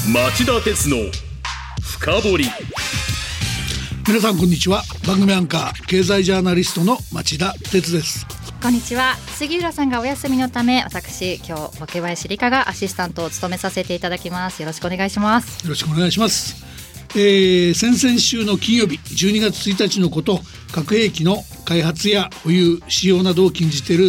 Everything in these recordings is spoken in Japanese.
町田鉄の深掘り。 皆さんこんにちは。番組アンカー経済ジャーナリストの町田鉄です。 こんにちは。杉浦さんがお休みのため、私今日若林理香がアシスタントを務めさせていただきます。よろしくお願いします。 よろしくお願いします。先々週の金曜日12月1日のこと、核兵器の開発や保有使用などを禁じている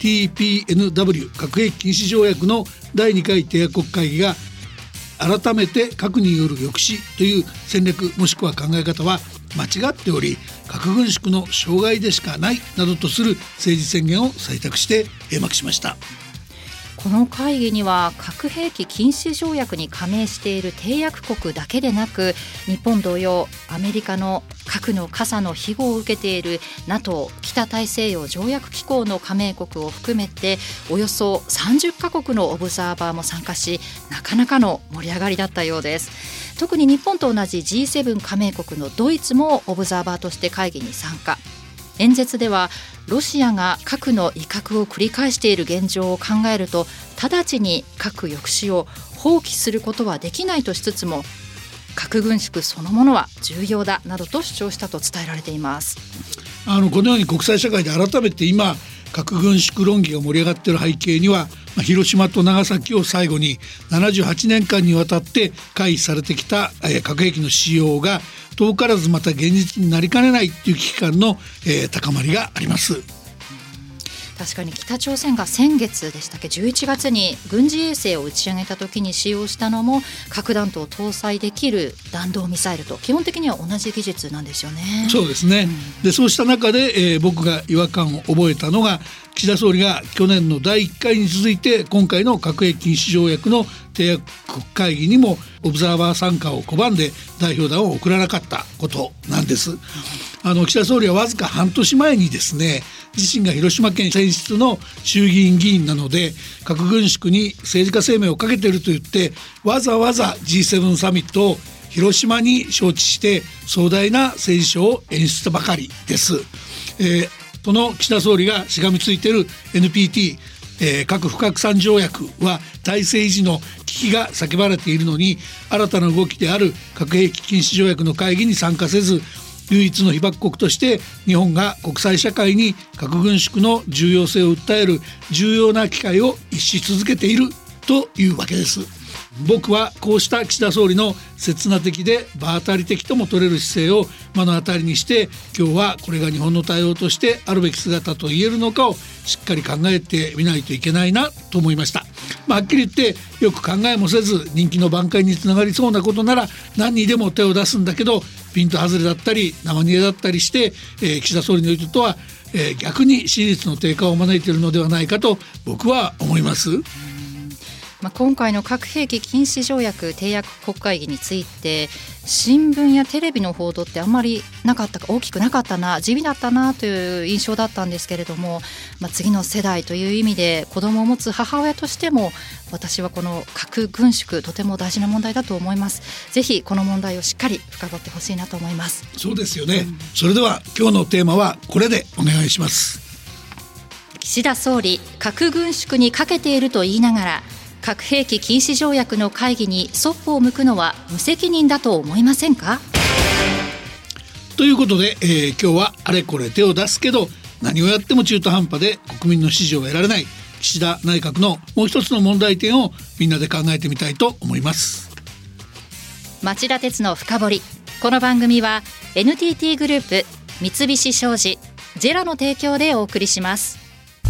TPNW 核兵器禁止条約の第2回締約国会議が改めて核による抑止という戦略もしくは考え方は間違っており、核軍縮の障害でしかないなどとする政治宣言を採択して閉幕しました。 この会議には核兵器禁止条約に加盟している締約国だけでなく、日本同様アメリカの核の傘の庇護を受けている NATO 北大西洋条約機構の加盟国を含めておよそ30カ国のオブザーバーも参加し、なかなかの盛り上がりだったようです。特に日本と同じ G7 加盟国のドイツもオブザーバーとして会議に参加。演説ではロシアが核の威嚇を繰り返している現状を考えると、直ちに核抑止を放棄することはできないとしつつも、核軍縮そのものは重要だなどと主張したと伝えられています。 このように国際社会で改めて今核軍縮論議が盛り上がっている背景には、広島と長崎を最後に78年間にわたって回避されてきた核兵器の使用が遠からずまた現実になりかねないという危機感の高まりがあります。 確かに北朝鮮が先月でしたっけ、11月に軍事衛星を打ち上げた時に使用したのも核弾頭を搭載できる弾道ミサイルと基本的には同じ技術なんですよね。 そうですね、でそうした中で、僕が違和感を覚えたのが、岸田総理が去年の第1回に続いて今回の核兵器禁止条約の締約国会議にもオブザーバー参加を拒んで代表団を送らなかったことなんです。岸田総理はわずか半年前にですね、自身が広島県選出の衆議院議員なので核軍縮に政治家生命をかけていると言ってわざわざ G7 サミットを広島に招致して壮大な政治ショーを演出したばかりです。その岸田総理がしがみついている NPT、核不拡散条約は体制維持の危機が叫ばれているのに、新たな動きである核兵器禁止条約の会議に参加せず、唯一の被爆国として日本が国際社会に核軍縮の重要性を訴える重要な機会を逸し続けているというわけです。僕はこうした岸田総理の刹那的で場当たり的とも取れる姿勢を目の当たりにして、今日はこれが日本の対応としてあるべき姿と言えるのかをしっかり考えてみないといけないなと思いました。はっきり言ってよく考えもせず人気の挽回につながりそうなことなら何にでも手を出すんだけど、ピント外れだったり生煮えだったりして、岸田総理の意図とは、逆に支持率の低下を招いているのではないかと僕は思います。 今回の核兵器禁止条約締約国会議について新聞やテレビの報道ってあんまりなかったか、大きくなかったな、地味だったなという印象だったんですけれども、次の世代という意味で子供を持つ母親としても私はこの核軍縮とても大事な問題だと思います。ぜひこの問題をしっかり深掘ってほしいなと思います。 そうですよね、それでは今日のテーマはこれでお願いします。 岸田総理、核軍縮にかけていると言いながら核兵器禁止条約の会議にそっぽを向くのは無責任だと思いませんか？ ということで、今日はあれこれ手を出すけど何をやっても中途半端で国民の支持を得られない岸田内閣のもう一つの問題点をみんなで考えてみたいと思います。 町田鉄の深掘り。この番組は NTT グループ、三菱商事、ジェラの提供でお送りします。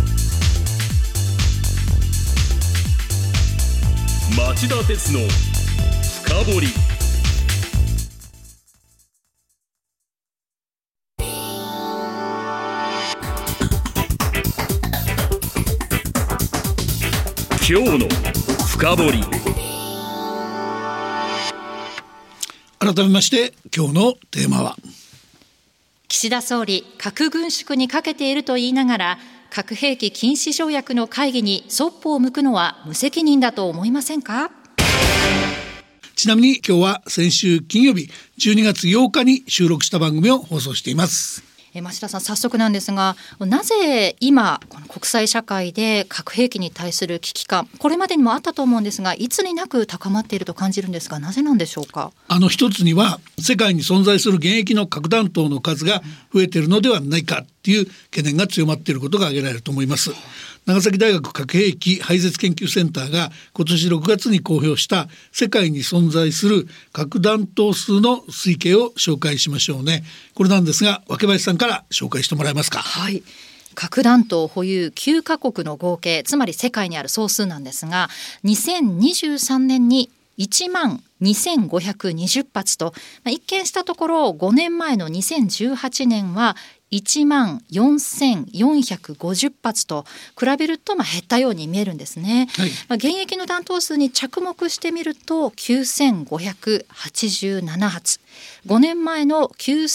町田鉄の深掘り。今日の深掘り。 改めまして今日のテーマは、 岸田総理、核軍縮にかけていると言いながら核兵器禁止条約の会議にそっぽを向くのは無責任だと思いませんか？ ちなみに今日は先週金曜日12月8日に収録した番組を放送しています。 町田さん、早速なんですが、なぜ今この国際社会で核兵器に対する危機感、これまでにもあったと思うんですが、いつになく高まっていると感じるんですが、なぜなんでしょうか。 一つには世界に存在する現役の核弾頭の数が増えているのではないかという懸念が強まっていることが挙げられると思います。長崎大学核兵器廃絶研究センターが今年6月に公表した世界に存在する核弾頭数の推計を紹介しましょうね。これなんですが、若林さんから紹介してもらえますか。 はい、核弾頭保有9カ国の合計、つまり世界にある総数なんですが、2023年に1万2520発と、一見したところ5年前の2018年は1万4450発と比べると減ったように見えるんですね。はい、現役の弾頭数に着目してみると9587発、5年前の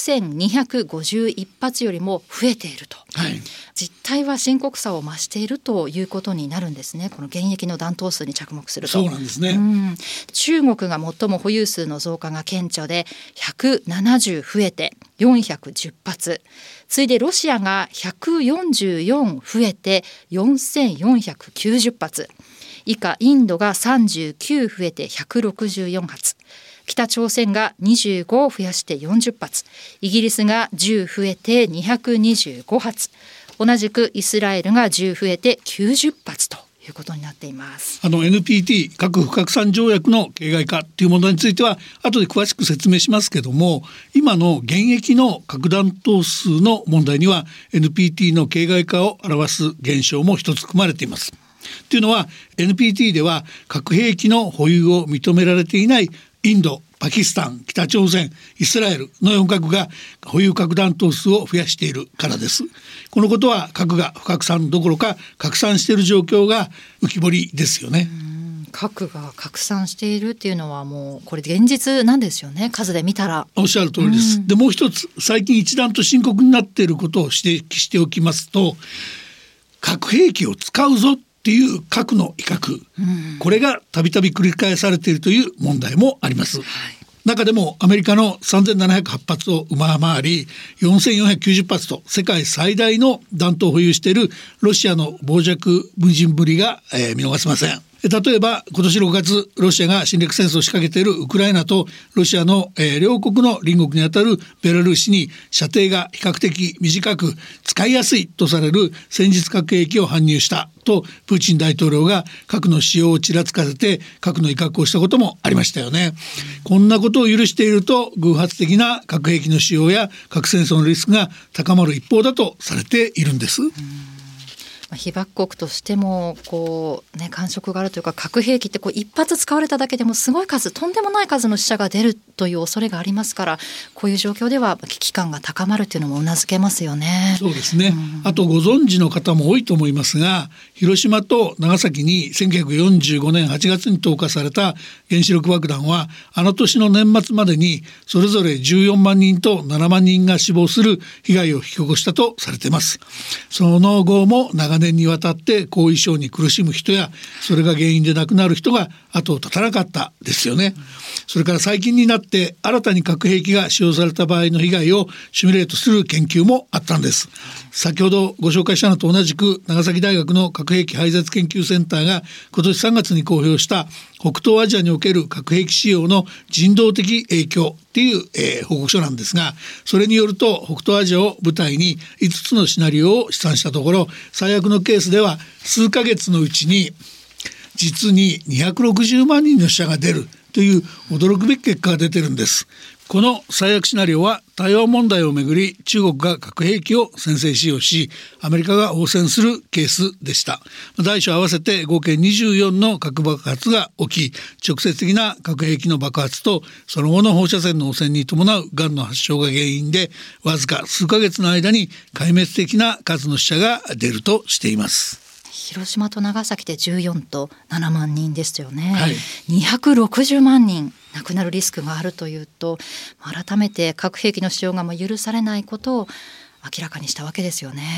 9251発よりも増えていると、はい、実態は深刻さを増しているということになるんですね。この現役の弾頭数に着目すると。 そうなんですね。 中国が最も保有数の増加が顕著で170増えて410発、次いでロシアが144増えて4490発、以下インドが39増えて164発、北朝鮮が25増やして40発、イギリスが10増えて225発、同じくイスラエルが10増えて90発ということになっています。 NPT 核不拡散条約の形骸化という問題については後で詳しく説明しますけども、今の現役の核弾頭数の問題には NPT の形骸化を表す現象も一つ含まれています。というのは NPT では核兵器の保有を認められていないインド、パキスタン、北朝鮮、イスラエルの4カ国が保有核弾頭数を増やしているからです。このことは核が不拡散どころか拡散している状況が浮き彫りですよね。 核が拡散しているっていうのはもうこれ現実なんですよね。数で見たらおっしゃる通りです。でもう一つ最近一段と深刻になっていることを指摘しておきますと、核兵器を使うぞっていう核の威嚇、これがたびたび繰り返されているという問題もあります。はい、中でもアメリカの3708発を上回り4490発と世界最大の弾頭を保有しているロシアの傍若無人ぶりが、見逃せません。例えば今年6月ロシアが侵略戦争を仕掛けているウクライナとロシアの、両国の隣国にあたるベラルーシに射程が比較的短く使いやすいとされる戦術核兵器を搬入したとプーチン大統領が核の使用をちらつかせて核の威嚇をしたこともありましたよね。こんなことを許していると偶発的な核兵器の使用や核戦争のリスクが高まる一方だとされているんです。 被爆国としても感触があるというか、核兵器って一発使われただけでもすごい数、とんでもない数の死者が出るという恐れがありますから、こういう状況では危機感が高まるというのもうなずけますよね。 そうですね。あとご存知の方も多いと思いますが、広島と長崎に1945年8月に投下された原子力爆弾はあの年の年末までにそれぞれ14万人と7万人が死亡する被害を引き起こしたとされています。その後も長年にわたって後遺症に苦しむ人やそれが原因で亡くなる人が後を絶たなかったですよね。それから最近になって新たに核兵器が使用された場合の被害をシミュレートする研究もあったんです。先ほどご紹介したのと同じく長崎大学の核兵器廃絶研究センターが今年3月に公表した北東アジアにおける核兵器使用の人道的影響っていう、報告書なんですが、それによると北東アジアを舞台に5つのシナリオを試算したところ、最悪のケースでは数ヶ月のうちに実に260万人の死者が出るという驚くべき結果が出てるんです。この最悪シナリオは台湾問題をめぐり中国が核兵器を先制使用しアメリカが応戦するケースでした。大小合わせて合計24の核爆発が起き、直接的な核兵器の爆発とその後の放射線の汚染に伴うがんの発症が原因でわずか数ヶ月の間に壊滅的な数の死者が出るとしています。 広島と長崎で14と7万人ですよね。はい、260万人亡くなるリスクがあるというと、改めて核兵器の使用が許されないことを明らかにしたわけですよね。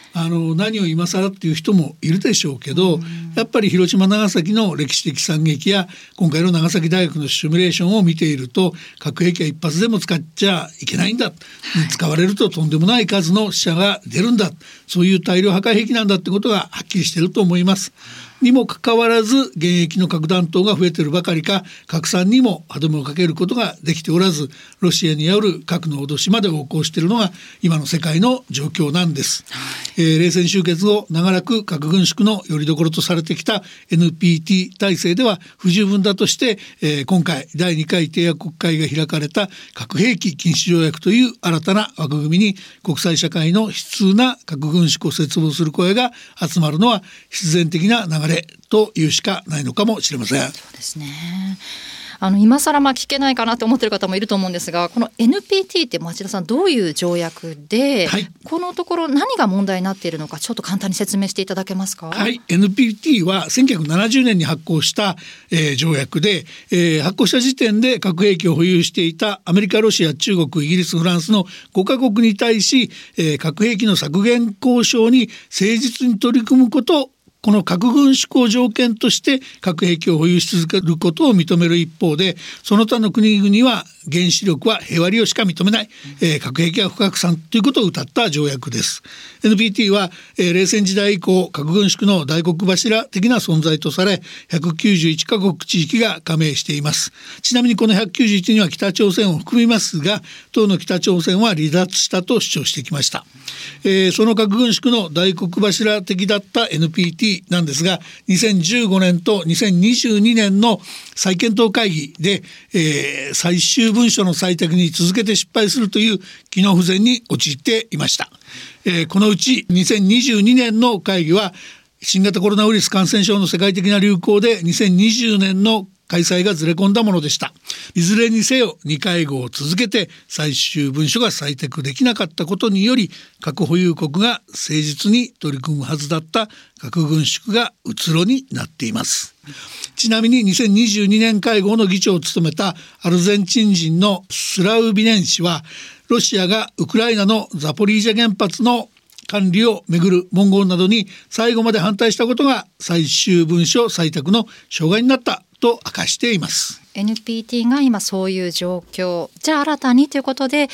何を今更っていう人もいるでしょうけど、やっぱり広島長崎の歴史的惨劇や今回の長崎大学のシミュレーションを見ていると、核兵器は一発でも使っちゃいけないんだ、使われるととんでもない数の死者が出るんだ、そういう大量破壊兵器なんだってことがはっきりしていると思います。にもかかわらず現役の核弾頭が増えているばかりか、拡散にも歯止めをかけることができておらず、ロシアによる核の脅しまで横行しているのが今の世界の状況なんです。冷戦終結後長らく核軍縮の拠り所とされてきた NPT 体制では不十分だとして、今回第2回締約国会が開かれた核兵器禁止条約という新たな枠組みに国際社会の悲痛な核軍縮を切望する声が集まるのは必然的な流れというしかないのかもしれません。 そうですね。今更聞けないかなと思っている方もいると思うんですが、この NPT って町田さんどういう条約で、はい、このところ何が問題になっているのかちょっと簡単に説明していただけますか。 はい、NPT は1970年に発効した、条約で、発効した時点で核兵器を保有していたアメリカ、ロシア、中国、イギリス、フランスの5カ国に対し、核兵器の削減交渉に誠実に取り組むことこの核軍縮を条件として核兵器を保有し続けることを認める一方で、その他の国々は原子力は平和利用しか認めない、核兵器は不拡散ということを謳った条約です。 NPT は、冷戦時代以降核軍縮の大黒柱的な存在とされ、191カ国地域が加盟しています。ちなみにこの191には北朝鮮を含みますが、当の北朝鮮は離脱したと主張してきました。その核軍縮の大黒柱的だった NPTなんですが、2015年と2022年の再検討会議で、最終文書の採択に続けて失敗するという機能不全に陥っていました。このうち2022年の会議は新型コロナウイルス感染症の世界的な流行で2020年の開催がずれ込んだものでした。いずれにせよ2会合を続けて最終文書が採択できなかったことにより、核保有国が誠実に取り組むはずだった核軍縮がうつろになっています。ちなみに2022年会合の議長を務めたアルゼンチン人のスラウビネン氏は、ロシアがウクライナのザポリージャ原発の管理をめぐる文言などに最後まで反対したことが最終文書採択の障害になったと明かしています。 NPT が今そういう状況じゃあ、新たにということで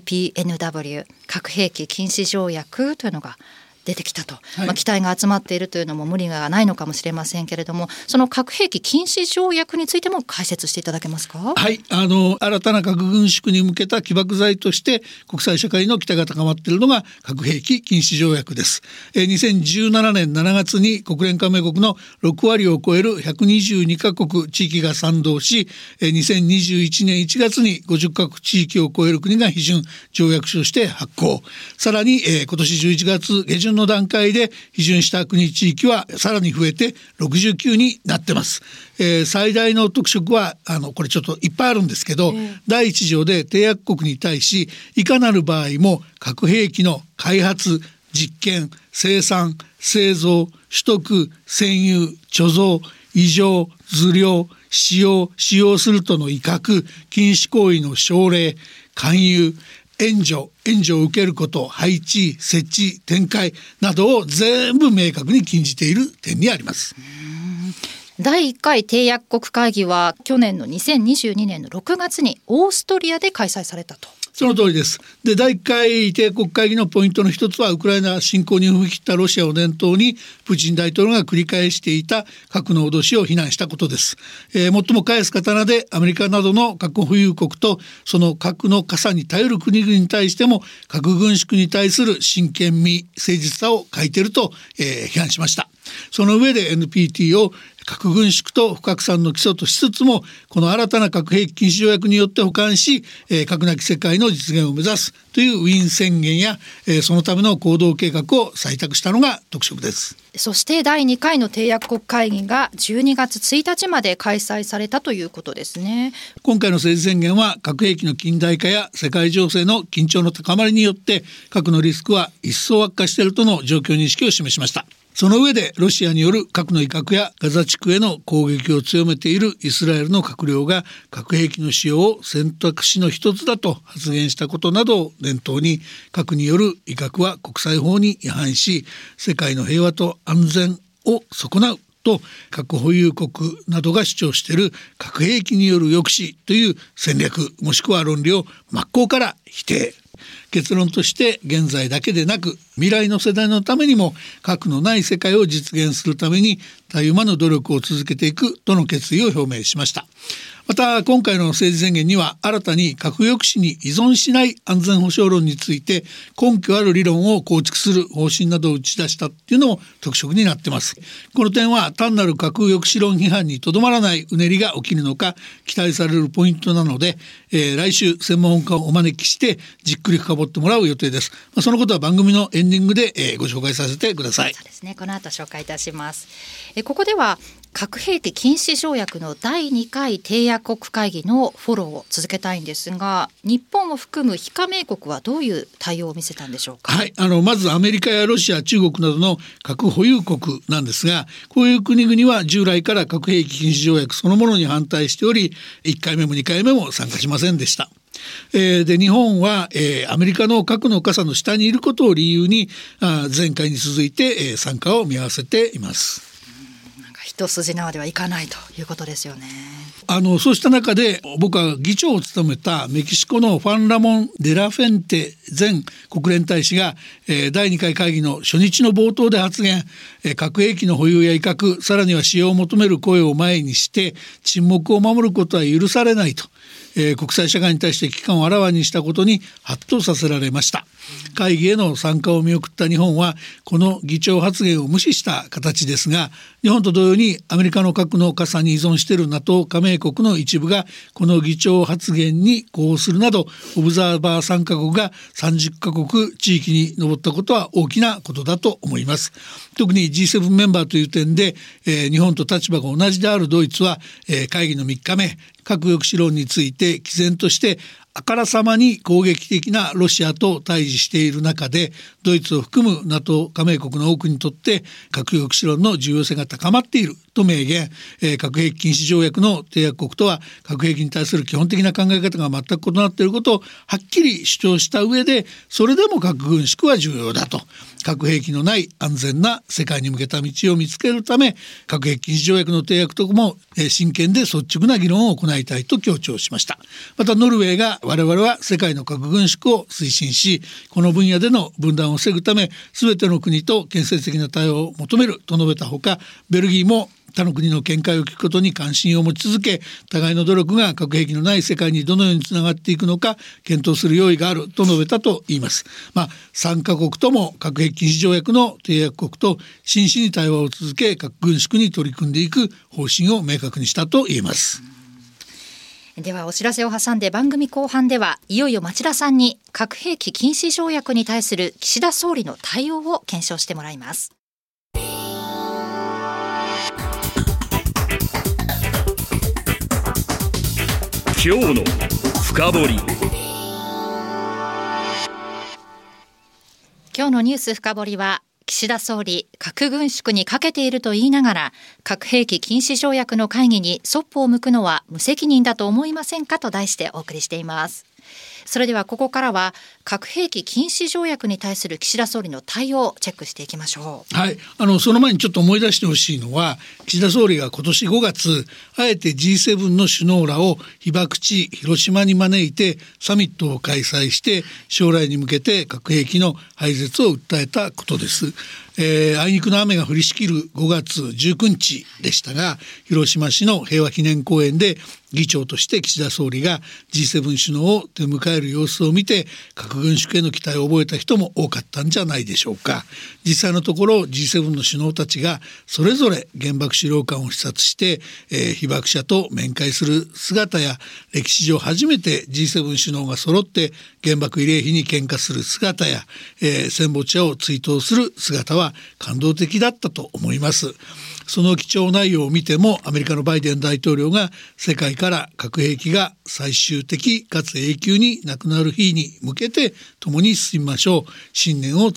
TPNW 核兵器禁止条約というのが出てきたと、期待が集まっているというのも無理がないのかもしれませんけれども、その核兵器禁止条約についても解説していただけますか。 はい、新たな核軍縮に向けた起爆剤として国際社会の期待が高まっているのが核兵器禁止条約です。2017年7月に国連加盟国の6割を超える122カ国地域が賛同し、2021年1月に50カ国地域を超える国が批准条約書として発効。さらに、今年11月下旬の段階で批准した国地域はさらに増えて69になってます。最大の特色はこれちょっといっぱいあるんですけど、第一条で締約国に対しいかなる場合も核兵器の開発、実験、生産、製造、取得、占有、貯蔵、移譲、図量、使用するとの威嚇、禁止行為の奨励、勧誘、援助を受けること、配置、設置、展開などを全部明確に禁じている点にあります。 第1回締約国会議は去年の2022年の6月にオーストリアで開催されたと。 その通りです。で、第1回締約国会議のポイントの一つは、ウクライナ侵攻に踏み切ったロシアを念頭にプーチン大統領が繰り返していた核の脅しを非難したことです。最も返す刀でアメリカなどの核保有国とその核の傘に頼る国々に対しても核軍縮に対する真剣味、誠実さを欠いていると、批判しました。その上で NPT を核軍縮と不拡散の基礎としつつも、この新たな核兵器禁止条約によって補完し、核なき世界の実現を目指すというウィーン宣言や、そのための行動計画を採択したのが特色です。 そして第2回の締約国会議が12月1日まで開催されたということですね。 今回の政治宣言は、核兵器の近代化や世界情勢の緊張の高まりによって核のリスクは一層悪化しているとの状況認識を示しました。 その上でロシアによる核の威嚇やガザ地区への攻撃を強めているイスラエルの閣僚が核兵器の使用を選択肢の一つだと発言したことなどを念頭に、核による威嚇は国際法に違反し世界の平和と安全を損なうと核保有国などが主張している核兵器による抑止という戦略もしくは論理を真っ向から否定。結論として現在だけでなく未来の世代のためにも核のない世界を実現するためにたゆまぬ努力を続けていくとの決意を表明しました。また今回の政治宣言には新たに核抑止に依存しない安全保障論について根拠ある理論を構築する方針などを打ち出したっていうのも特色になっています。この点は単なる核抑止論批判にとどまらないうねりが起きるのか期待されるポイントなので、来週専門家をお招きしてじっくり深掘ってもらう予定です。そのことは番組のエンディングで、ご紹介させてください。 そうですね、この後紹介いたします。ここでは核兵器禁止条約の第2回締約国会議のフォローを続けたいんですが、日本を含む非加盟国はどういう対応を見せたんでしょうか。 はい、まずアメリカやロシア、中国などの核保有国なんですが、こういう国々は従来から核兵器禁止条約そのものに反対しており1回目も2回目も参加しませんでした。で日本は、アメリカの核の傘の下にいることを理由に前回に続いて、参加を見合わせています。 一筋縄ではいかないということですよね。 そうした中で僕は議長を務めたメキシコのファン・ラモン・デラフェンテ前国連大使が、第2回会議の初日の冒頭で発言、核兵器の保有や威嚇、さらには使用を求める声を前にして沈黙を守ることは許されないと、国際社会に対して危機感をあらわにしたことにハッとさせられました。会議への参加を見送った日本はこの議長発言を無視した形ですが、日本と同様にアメリカの核の傘に依存している NATO 加盟国の一部がこの議長発言に呼応するなどオブザーバー参加国が30カ国地域に上ったことは大きなことだと思います。特に G7 メンバーという点で、日本と立場が同じであるドイツは、会議の3日目核抑止論について毅然としてあからさまに攻撃的なロシアと対峙している中でドイツを含む NATO 加盟国の多くにとって核抑止論の重要性が高まっていると明言、核兵器禁止条約の締約国とは核兵器に対する基本的な考え方が全く異なっていることをはっきり主張した上で、それでも核軍縮は重要だと、核兵器のない安全な世界に向けた道を見つけるため核兵器禁止条約の締約国も真剣で率直な議論を行いたいと強調しました。またノルウェーが我々は世界の核軍縮を推進しこの分野での分断を防ぐため全ての国と建設的な対応を求めると述べたほか、ベルギーも他の国の見解を聞くことに関心を持ち続け互いの努力が核兵器のない世界にどのようにつながっていくのか検討する用意があると述べたと言います。3カ国とも核兵器禁止条約の締約国と真摯に対話を続け核軍縮に取り組んでいく方針を明確にしたと言えます。 ではお知らせを挟んで番組後半ではいよいよ町田さんに核兵器禁止条約に対する岸田総理の対応を検証してもらいます。 今日の深掘り。 今日のニュース深掘りは岸田総理核軍縮に欠けていると言いながら核兵器禁止条約の会議にそっぽを向くのは無責任だと思いませんかと題してお送りしています。それではここからは核兵器禁止条約に対する岸田総理の対応をチェックしていきましょう。 はい、その前にちょっと思い出してほしいのは岸田総理が今年5月あえて G7 の首脳らを被爆地広島に招いてサミットを開催して将来に向けて核兵器の廃絶を訴えたことです。あいにくの雨が降りしきる5月19日でしたが広島市の平和記念公園で議長として岸田総理が G7 首脳を出迎える様子を見て核軍縮への期待を覚えた人も多かったんじゃないでしょうか。実際のところ G7 の首脳たちがそれぞれ原爆資料館を視察して、被爆者と面会する姿や歴史上初めて G7 首脳が揃って原爆慰霊碑に献花する姿や、戦没者を追悼する姿は感動的だったと思います。その基調内容を見てもアメリカのバイデン大統領が世界から核兵器が最終的かつ永久になくなる日に向けて共に進みましょう、信念を貫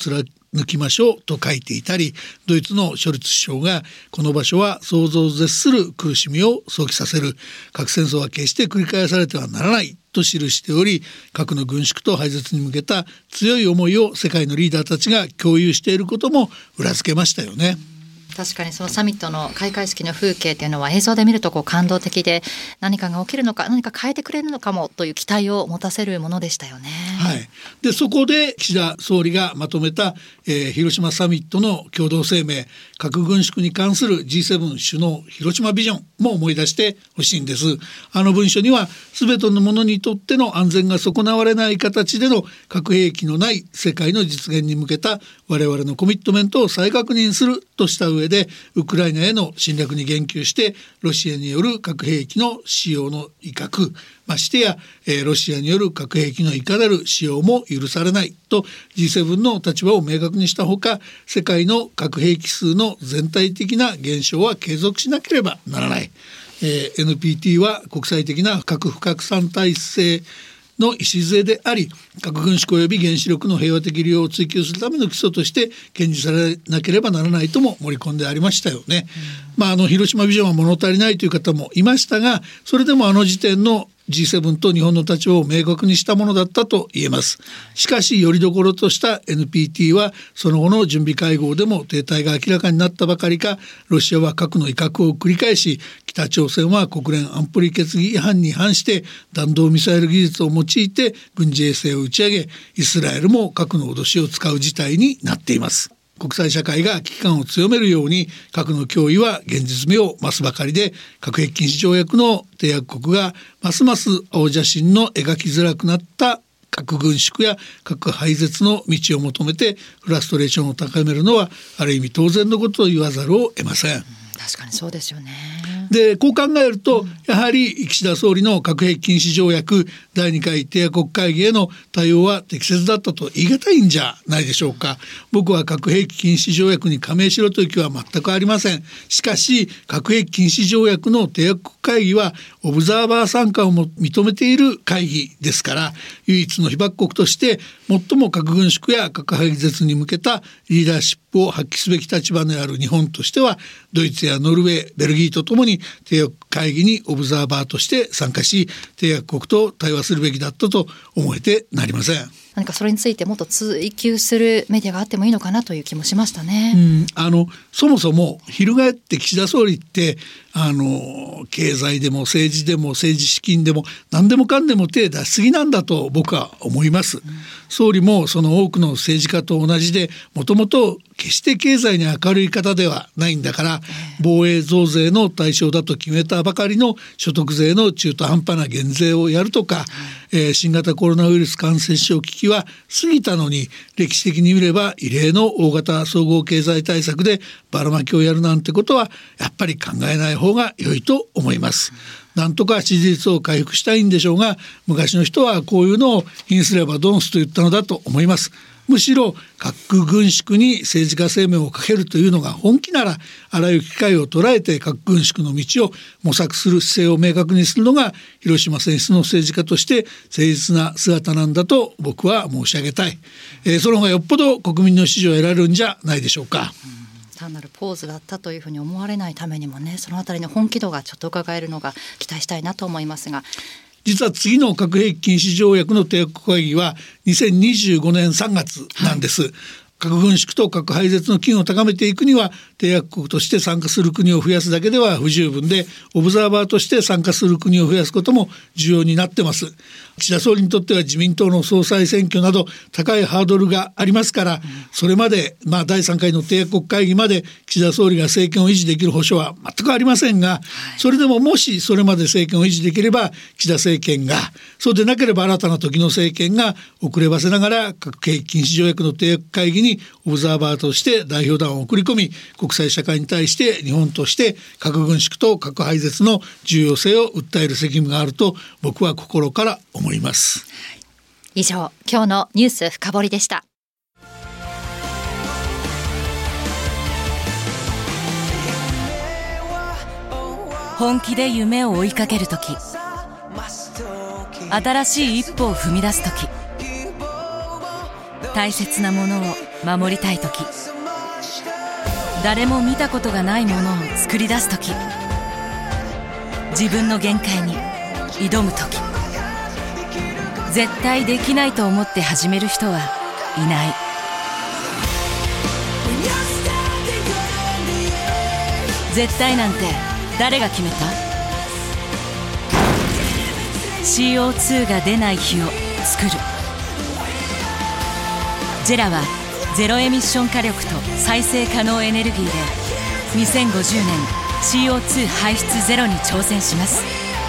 抜きましょうと書いていたり、ドイツのショルツ首相がこの場所は想像を絶する苦しみを想起させる、核戦争は決して繰り返されてはならないと記しており、核の軍縮と廃絶に向けた強い思いを世界のリーダーたちが共有していることも裏付けましたよね。 確かにそのサミットの開会式の風景というのは映像で見ると感動的で、何かが起きるのか、何か変えてくれるのかもという期待を持たせるものでしたよね。 はい、でそこで岸田総理がまとめた、広島サミットの共同声明、核軍縮に関する G7 首脳広島ビジョンも思い出してほしいんです。あの文書には全ての者にとっての安全が損なわれない形での核兵器のない世界の実現に向けた我々のコミットメントを再確認するとした上で、ウクライナへの侵略に言及して、ロシアによる核兵器の使用の威嚇、ましてや、ロシアによる核兵器のいかなる使用も許されないと G7 の立場を明確にしたほか、世界の核兵器数の全体的な減少は継続しなければならない、NPT は国際的な核不拡散体制の礎であり、核軍縮及び原子力の平和的利用を追求するための基礎として堅持されなければならないとも盛り込んでありましたよね。広島ビジョンは物足りないという方もいましたが、それでもあの時点のG7 と日本の立場を明確にしたものだったと言えます。しかしよりどころとした NPT はその後の準備会合でも停滞が明らかになったばかりか、ロシアは核の威嚇を繰り返し、北朝鮮は国連安保理決議違反に反して弾道ミサイル技術を用いて軍事衛星を打ち上げ、イスラエルも核の脅しを使う事態になっています。国際社会が危機感を強めるように核の脅威は現実味を増すばかりで、核兵器禁止条約の締約国がますます青写真の描きづらくなった核軍縮や核廃絶の道を求めてフラストレーションを高めるのはある意味当然のことと言わざるを得ません。 確かにそうですよね。 でこう考えると、やはり岸田総理の核兵器禁止条約第2回締約国会議への対応は適切だったと言い難いんじゃないでしょうか。僕は核兵器禁止条約に加盟しろという気は全くありません。しかし核兵器禁止条約の締約国会議はオブザーバー参加をも認めている会議ですから、唯一の被爆国として最も核軍縮や核廃絶に向けたリーダーシップを発揮すべき立場にある日本としては、ドイツやノルウェー、ベルギーとともに締約会議にオブザーバーとして参加し、締約国と対話するべきだったと思えてなりません。 何かそれについてもっと追求するメディアがあってもいいのかなという気もしましたね。 そもそも翻って岸田総理って経済でも政治でも政治資金でも何でもかんでも手出しすぎなんだと僕は思います。総理もその多くの政治家と同じで、もともと決して経済に明るい方ではないんだから、防衛増税の対象だと決めたばかりの所得税の中途半端な減税をやるとか、新型コロナウイルス感染症危機は過ぎたのに、歴史的に見れば異例の大型総合経済対策でばらまきをやるなんてことはやっぱり考えない方が良いと思います。なんとか支持率を回復したいんでしょうが、昔の人はこういうのを貧すればドンスと言ったのだと思います。むしろ核軍縮に政治家生命をかけるというのが本気なら、あらゆる機会を捉えて核軍縮の道を模索する姿勢を明確にするのが広島選出の政治家として誠実な姿なんだと僕は申し上げたい。その方がよっぽど国民の支持を得られるんじゃないでしょうか。 単なるポーズだったというふうに思われないためにもね、そのあたりの本気度がちょっと伺えるのが期待したいなと思いますが、 実は次の核兵器禁止条約の締約国会議は2025年3月なんです。核軍縮と核廃絶の機運を高めていくには、締約国として参加する国を増やすだけでは不十分で、オブザーバーとして参加する国を増やすことも重要になってます。岸田総理にとっては自民党の総裁選挙など高いハードルがありますから、それまで、第3回の締約国会議まで岸田総理が政権を維持できる保証は全くありませんが、それでももしそれまで政権を維持できれば、岸田政権が、そうでなければ新たな時の政権が遅ればせながら核兵器禁止条約の締約会議にオブザーバーとして代表団を送り込み、国際社会に対して日本として核軍縮と核廃絶の重要性を訴える責務があると僕は心から思います。 以上、今日のニュース深掘りでした。 本気で夢を追いかけるとき、新しい一歩を踏み出すとき、大切なものを守りたい時、誰も見たことがないものを作り出す時、自分の限界に挑む時、絶対できないと思って始める人はいない。絶対なんて誰が決めた？ CO2 が出ない日を作る。ジェラはゼロエミッション火力と再生可能エネルギーで2050年 CO2 排出ゼロに挑戦します。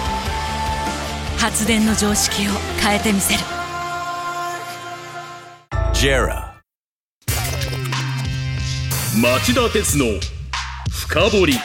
発電の常識を変えてみせる。 ジェラ町田鉄の深掘り。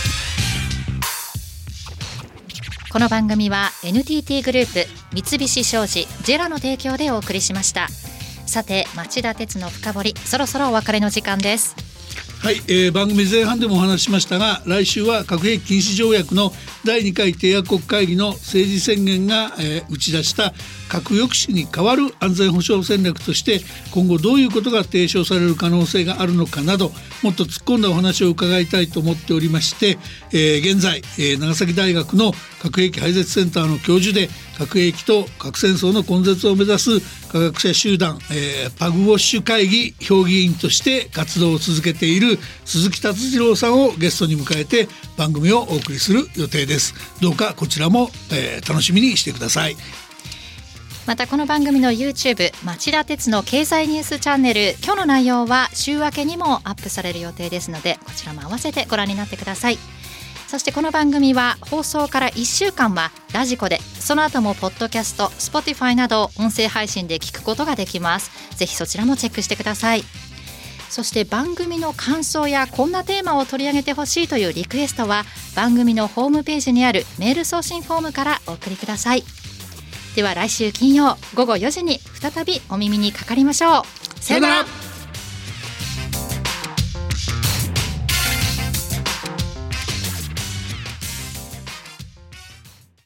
この番組は NTT グループ、三菱商事、ジェラの提供でお送りしました。さて、町田鉄の深掘り、そろそろお別れの時間です。 はい、番組前半でもお話ししましたが、来週は核兵器禁止条約の第2回締約国会議の政治宣言が、打ち出した核抑止に代わる安全保障戦略として今後どういうことが提唱される可能性があるのかなど、もっと突っ込んだお話を伺いたいと思っておりまして、現在、長崎大学の核兵器廃絶センターの教授で核兵器と核戦争の根絶を目指す科学者集団、パグウォッシュ会議評議員として活動を続けている鈴木達次郎さんをゲストに迎えて番組をお送りする予定です。どうかこちらも、楽しみにしてください。 またこの番組の YouTube 町田鉄の経済ニュースチャンネル、今日の内容は週明けにもアップされる予定ですので、こちらも合わせてご覧になってください。そしてこの番組は放送から1週間はラジコで、その後もポッドキャスト、Spotify など音声配信で聞くことができます。ぜひそちらもチェックしてください。そして番組の感想やこんなテーマを取り上げてほしいというリクエストは番組のホームページにあるメール送信フォームからお送りください。では来週金曜午後4時に再びお耳にかかりましょう。さよなら。